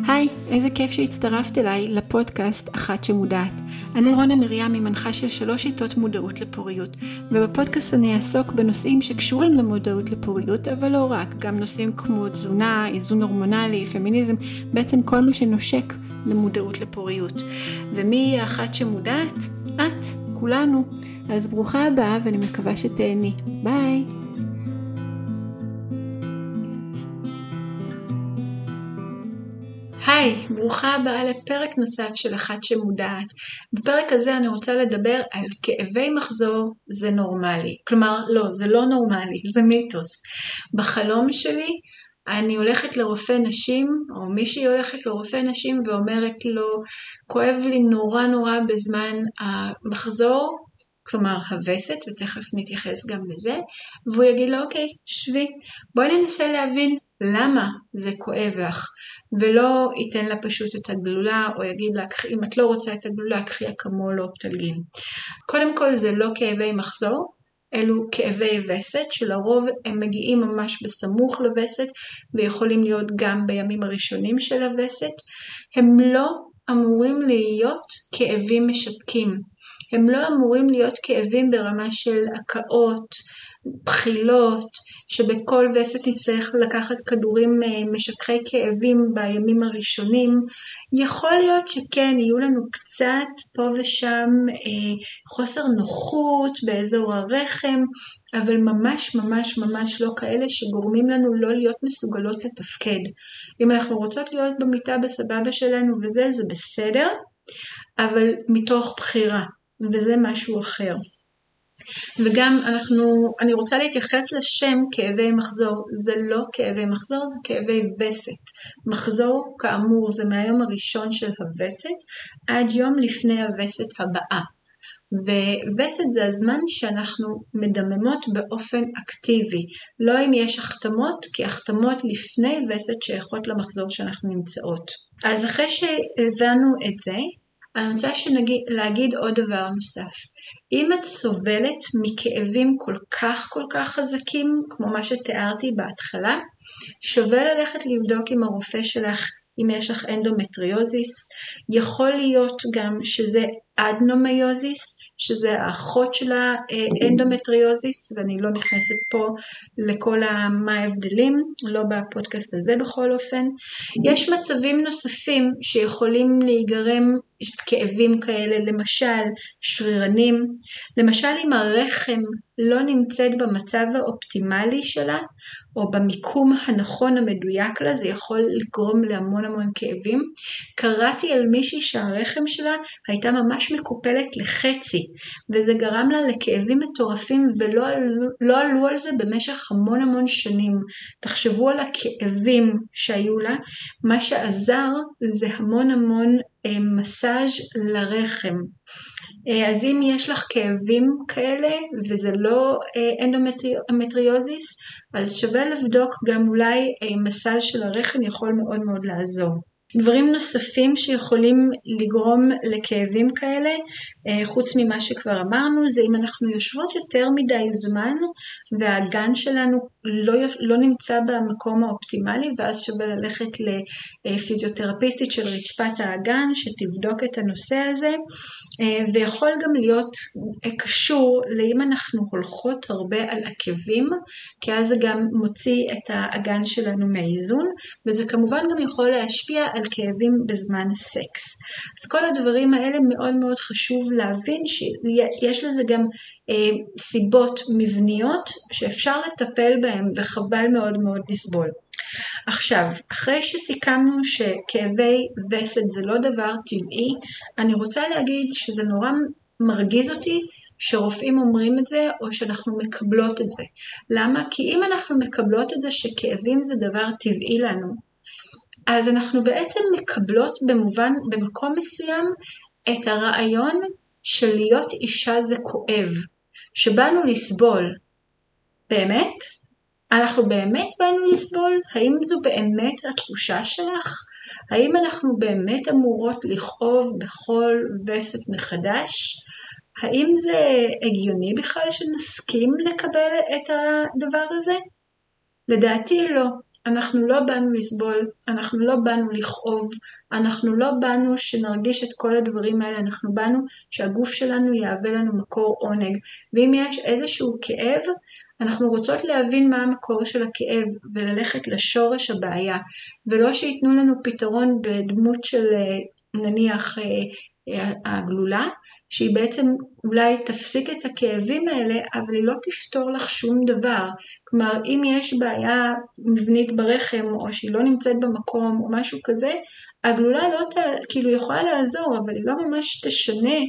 היי, איזה כיף שהצטרפת אליי לפודקאסט אחת שמודעת. אני רונה מרים, מנחה של 3 שיטות מודעות לפוריות, ובפודקאסט אני אעסוק בנושאים שקשורים למודעות לפוריות, אבל לא רק, גם נושאים כמו תזונה, איזון הורמונלי, פמיניזם, בעצם כל מה שנושק למודעות לפוריות. ומי היא האחת שמודעת? את, כולנו. אז ברוכה הבאה ואני מקווה שתהני. ביי! היי, ברוכה הבאה לפרק נוסף של אחת שמודעת. בפרק הזה אני רוצה לדבר על כאבי מחזור זה נורמלי. כלומר, לא, זה לא נורמלי, זה מיתוס. בחלום שלי אני הולכת לרופא נשים, או מישהי הולכת לרופא נשים ואומרת לו, כואב לי נורא בזמן המחזור, כלומר הווסת, ותכף נתייחס גם לזה, והוא יגיד לו, אוקיי, שבי, בואי ננסה להבין למה זה כואב לך, ולא ייתן לה פשוט את הגלולה, או יגיד לה, אם את לא רוצה את הגלולה, קחי אקמול או אופטלגין. קודם כל זה לא כאבי מחזור, אלו כאבי וסת, שלרוב הם מגיעים ממש בסמוך לווסת, ויכולים להיות גם בימים הראשונים של הווסת. הם לא אמורים להיות כאבים משתקים. הם לא אמורים להיות כאבים ברמה של הקאות, בחילות, שבכל וסת נצטרך לקחת כדורים משככי כאבים בימים הראשונים. יכול להיות שכן, יהיו לנו קצת פה ושם חוסר נוחות באזור הרחם, אבל ממש לא כאלה שגורמים לנו לא להיות מסוגלות לתפקד. אם אנחנו רוצות להיות במיטה בסבבה שלנו וזה, זה בסדר, אבל מתוך בחירה, וזה משהו אחר. וגם אני רוצה להתייחס לשם כאבי מחזור, זה לא כאבי מחזור, זה כאבי וסת. מחזור כאמור זה מהיום הראשון של הווסת, עד יום לפני הווסת הבאה. ווסת זה הזמן שאנחנו מדממות באופן אקטיבי, לא אם יש החתמות, כי החתמות לפני וסת שייכות למחזור שאנחנו נמצאות. אז אחרי שהבנו את זה, אני רוצה להגיד עוד דבר נוסף. אם את סובלת מכאבים כל כך חזקים, כמו מה שתיארתי בהתחלה, שווה ללכת לבדוק עם הרופא שלך אם יש לך אנדומטריוזיס. יכול להיות גם שזה אדנומיוזיס, שזה האחות של האנדומטריוזיס, ואני לא נכנסת פה לכל מה ההבדלים, לא בפודקאסט הזה בכל אופן. יש מצבים נוספים שיכולים להיגרם כאבים כאלה, למשל שרירנים, למשל אם הרחם לא נמצאת במצב האופטימלי שלה, או במיקום הנכון המדויק לה, זה יכול לגרום להמון כאבים. קראתי על מישהי שהרחם שלה הייתה ממש מקופלת לחצי, וזה גרם לה לכאבים מטורפים, ולא עלו על זה במשך המון שנים. תחשבו על הכאבים שהיו לה, מה שעזר זה המון מסאז' לרחם. אז אם יש לך כאבים כאלה וזה לא אנדומטריוזיס, אז שווה לבדוק גם אולי מסאז' של הרחם יכול מאוד לעזור. דברים נוספים שיכולים לגרום לכאבים כאלה, חוץ ממה שכבר אמרנו, זה אם אנחנו יושבות יותר מדי זמן והאגן שלנו לא נמצא במקום האופטימלי, ואז שווה ללכת לפיזיותרפיסטית של רצפת האגן שתבדוק את הנושא הזה, ויכול גם להיות קשור לאם אנחנו הולכות הרבה על עקבים, כי אז זה גם מוציא את האגן שלנו מהאיזון, וזה כמובן גם יכול להשפיע על כאבים בזמן סקס. אז כל הדברים האלה מאוד חשוב להבין שיש לזה גם סיבות מבניות שאפשר לטפל בהם וחבל מאוד לסבול. עכשיו, אחרי שסיכמנו שכאבי וסת זה לא דבר טבעי, אני רוצה להגיד שזה נורא מרגיז אותי שרופאים אומרים את זה או שאנחנו מקבלות את זה. למה? כי אם אנחנו מקבלות את זה שכאבים זה דבר טבעי לנו, אז אנחנו בעצם מקבלות במקום מסוים את הרעיון של להיות אישה זה כואב, שבאנו לסבול. באמת? אנחנו באמת באנו לסבול? האם זו באמת התחושה שלך? האם אנחנו באמת אמורות לכאוב בכל וסת מחדש? האם זה הגיוני בכלל שנסכים לקבל את הדבר הזה? לדעתי לא. אנחנו לא באנו לסבול, אנחנו לא באנו לכאוב, אנחנו לא באנו שנרגיש את כל הדברים האלה, אנחנו באנו שהגוף שלנו יהווה לנו מקור עונג. ואם יש איזשהו כאב, אנחנו רוצות להבין מה המקור של הכאב וללכת לשורש הבעיה, ולא שיתנו לנו פתרון בדמות של נניח הגלולה, שהיא בעצם אולי תפסיק את הכאבים האלה, אבל היא לא תפתור לך שום דבר. כלומר, אם יש בעיה מבנית ברחם, או שהיא לא נמצאת במקום, או משהו כזה, הגלולה לא כאילו יכולה לעזור, אבל היא לא ממש תשנה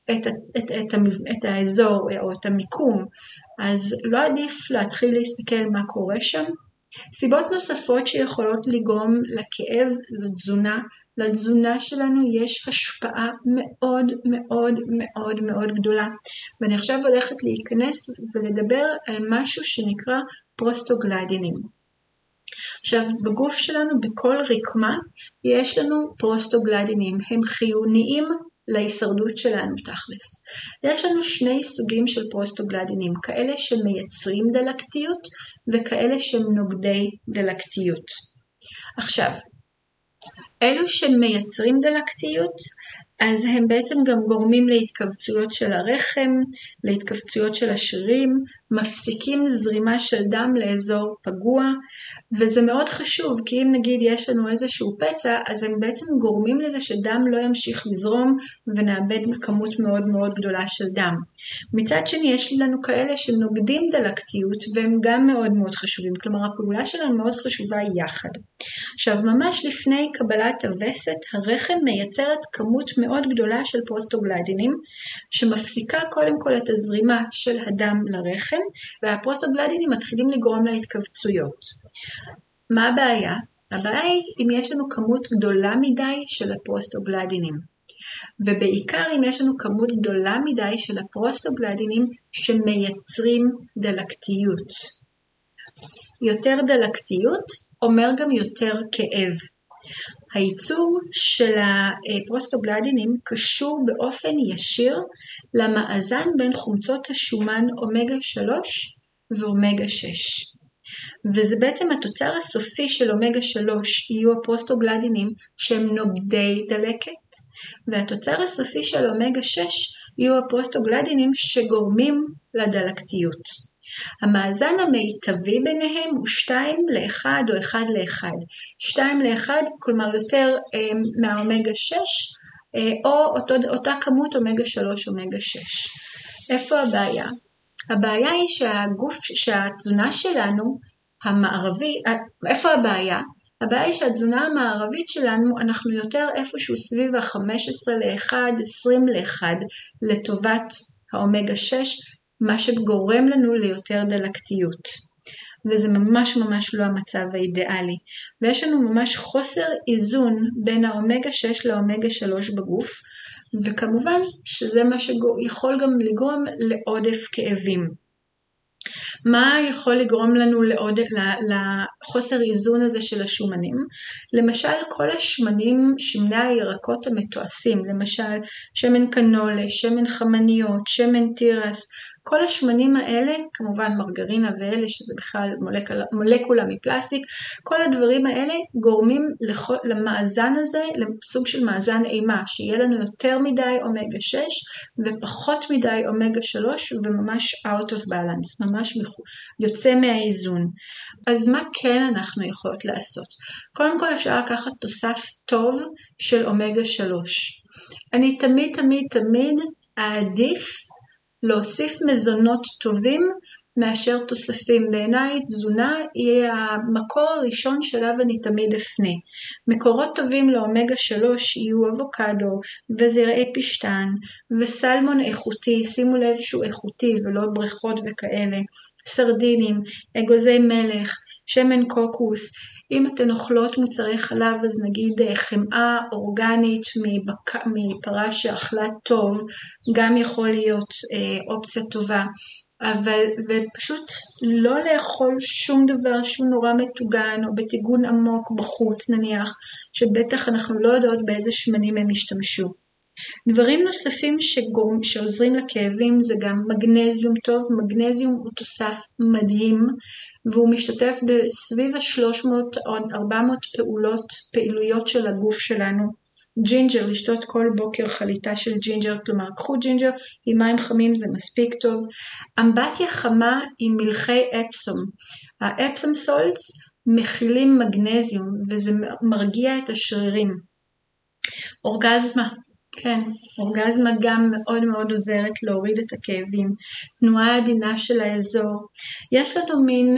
את האזור, או את המיקום. אז לא עדיף להתחיל להסתכל מה קורה שם. סיבות נוספות שיכולות לגרום לכאב זו תזונה. לתזונה שלנו יש השפעה מאוד מאוד מאוד מאוד גדולה. ואני עכשיו הולכת להיכנס ולדבר על משהו שנקרא פרוסטוגלדינים. עכשיו, בגוף שלנו, בכל רקמה, יש לנו פרוסטוגלדינים. הם חיוניים להישרדות שלנו תכלס. יש לנו שני סוגים של פרוסטוגלדינים, כאלה שמייצרים דלקתיות וכאלה שהם נוגדי דלקתיות. עכשיו, אלו שמייצרים דלקתיות, אז הם בעצם גם גורמים להתכווצויות של הרחם, להתכווצויות של השרירים, מפסיקים זרימה של דם לאזור פגוע, וזה מאוד חשוב, כי אם נגיד יש לנו איזשהו פצע, אז הם בעצם גורמים לזה שדם לא ימשיך לזרום, ונאבד כמות מאוד מאוד גדולה של דם. מצד שני, יש לנו כאלה שנוגדים דלקתיות, והם גם מאוד מאוד חשובים, כלומר הפעולה שלהם מאוד חשובה יחד. עכשיו, ממש לפני קבלת הווסת, הרחם מייצרת כמות מאוד גדולה של פרוסטוגלדינים, שמפסיקה קודם כל את הזרימה של הדם לרחם, והפרוסטוגלדינים מתחילים לגרום להתכווצויות. מה הבעיה? הבעיה היא אם יש לנו כמות גדולה מדי של הפרוסטוגלדינים. ובעיקר אם יש לנו כמות גדולה מדי של הפרוסטוגלדינים שמייצרים דלקתיות. יותר דלקתיות אומר גם יותר כאב. הייצור של הפרוסטוגלדינים קשור באופן ישיר למאזן בין חומצות השומן אומגה 3 ואומגה 6. וזה בעצם התוצר הסופי של אומגה 3 יהיו הפרוסטוגלדינים שהם נוגדי דלקת, והתוצר הסופי של אומגה 6 יהיו הפרוסטוגלדינים שגורמים לדלקתיות. המאזן המיטבי ביניהם הוא 2:1 או 1:1. 2:1 כלומר יותר מהאומגה 6 או אותה כמות אומגה 3 אומגה 6. איפה הבעיה? הבעיה היא שהתזונה שלנו המערבי, איפה הבעיה? הבעיה היא שהתזונה המערבית שלנו, אנחנו יותר איפשהו סביב ה-15:1, 20:1 לטובת האומגה 6, מה שגורם לנו ליותר דלקתיות. וזה ממש ממש לא המצב האידיאלי. ויש לנו ממש חוסר איזון בין האומגה 6 לאומגה 3 בגוף, וכמובן שזה מה שיכול גם לגרום לעודף כאבים. מה יכול לגרום לנו לחוסר איזון הזה של השומנים? למשל כל השמנים, שמני הירקות המתועשים, למשל שמן קנולה, שמן חמניות, שמן תירס, כל השמנים האלה, כמובן מרגרינה ואלה שזה בכלל מולקולה מפלסטיק, כל הדברים האלה גורמים למאזן הזה, לסוג של מאזן אימה, שיהיה לנו יותר מדי אומגה 6 ופחות מדי אומגה 3 וממש out of balance, ממש יוצא מהאיזון. אז מה כן אנחנו יכולות לעשות? קודם כל אפשר לקחת תוסף טוב של אומגה 3. אני תמיד אעדיף להוסיף מזונות טובים מאשר תוספים. בעיניי תזונה היא המקור הראשון שלו אני תמיד אפנה. מקורות טובים לאומגה 3 יהיו אבוקדו וזרעי פשטן וסלמון איכותי, שימו לב שהוא איכותי ולא בריכות וכאלה, סרדינים, אגוזי מלך, שמן קוקוס. אם אתן אוכלות מוצרי חלב, אז נגיד חמאה אורגנית מפרה שאכלה טוב, גם יכול להיות אופציה טובה. ופשוט לא לאכול שום דבר שהוא נורא מטוגן, או בטיגון עמוק בחוץ נניח, שבטח אנחנו לא יודעות באיזה שמנים הם השתמשו. דברים נוספים שעוזרים לכאבים זה גם מגנזיום טוב. מגנזיום הוא תוסף מדהים, והוא משתתף בסביב 300 או 400 פעילויות של הגוף שלנו. ג'ינג'ר, לשתות כל בוקר חליטה של ג'ינג'ר, כלומר קחו ג'ינג'ר עם מים חמים, זה מספיק טוב. אמבטיה חמה עם מלחי אפסום. האפסום סולטס מכילים מגנזיום וזה מרגיע את השרירים. אורגזמה, כן, אורגזמה גם מאוד מאוד עוזרת להוריד את הכאבים. תנועה עדינה של האזור. יש לנו מין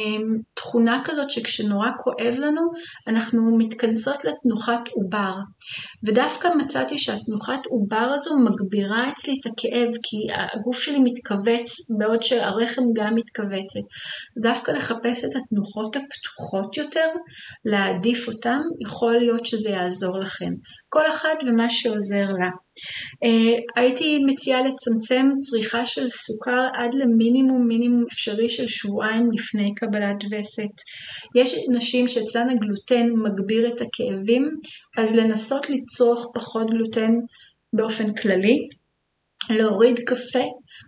תכונה כזאת שכשנורא כואב לנו, אנחנו מתכנסות לתנוחת עובר. ודווקא מצאתי שהתנוחת עובר הזו מגבירה אצלי את הכאב, כי הגוף שלי מתכווץ בעוד שהרחם גם מתכווצת. דווקא לחפש את התנוחות הפתוחות יותר, להעדיף אותם, יכול להיות שזה יעזור לכם. כל אחד ומה שעוזר לה. הייתי מציעה לצמצם צריכה של סוכר עד למינימום אפשרי של שבועיים לפני קבלת וסת. יש נשים שאצלן הגלוטן מגביר את הכאבים, אז לנסות לצרוך פחות גלוטן באופן כללי, להוריד קפה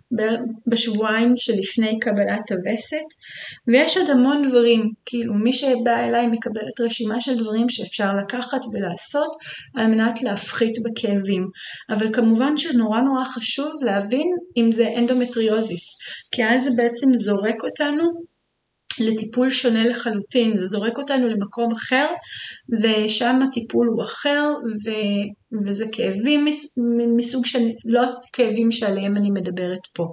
בשבועיים שלפני קבלת הווסת, ויש עוד המון דברים, כאילו מי שבא אליי מקבלת רשימה של דברים שאפשר לקחת ולעשות על מנת להפחית בכאבים, אבל כמובן שנורא חשוב להבין אם זה אנדומטריוזיס, כי אז זה בעצם זורק אותנו לטיפול שונה לחלוטין, זה זורק אותנו למקום אחר, ושם הטיפול הוא אחר, וזה כאבים מסוג לא כאבים שעליהם אני מדברת פה.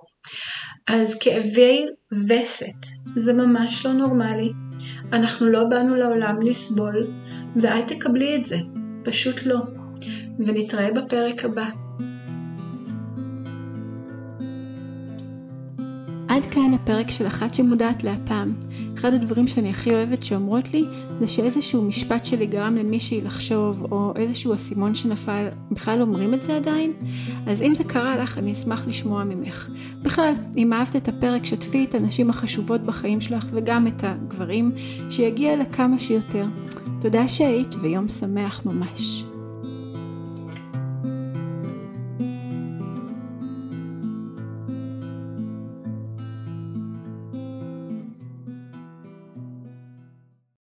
אז כאבי וסת, זה ממש לא נורמלי, אנחנו לא באנו לעולם לסבול, ואל תקבלי את זה, פשוט לא. ונתראה בפרק הבא. עד כאן הפרק של אחת שמודעת להפעם. אחד הדברים שאני הכי אוהבת שאומרות לי, זה שאיזשהו משפט שלי גרם למישהי לחשוב, או איזשהו אסימון שנפל, בכלל אומרים את זה עדיין? אז אם זה קרה לך, אני אשמח לשמוע ממך. בכלל, אם אהבת את הפרק, שתפי את הנשים החשובות בחיים שלך, וגם את הגברים, שיגיע לכמה שיותר. תודה שהיית ויום שמח ממש.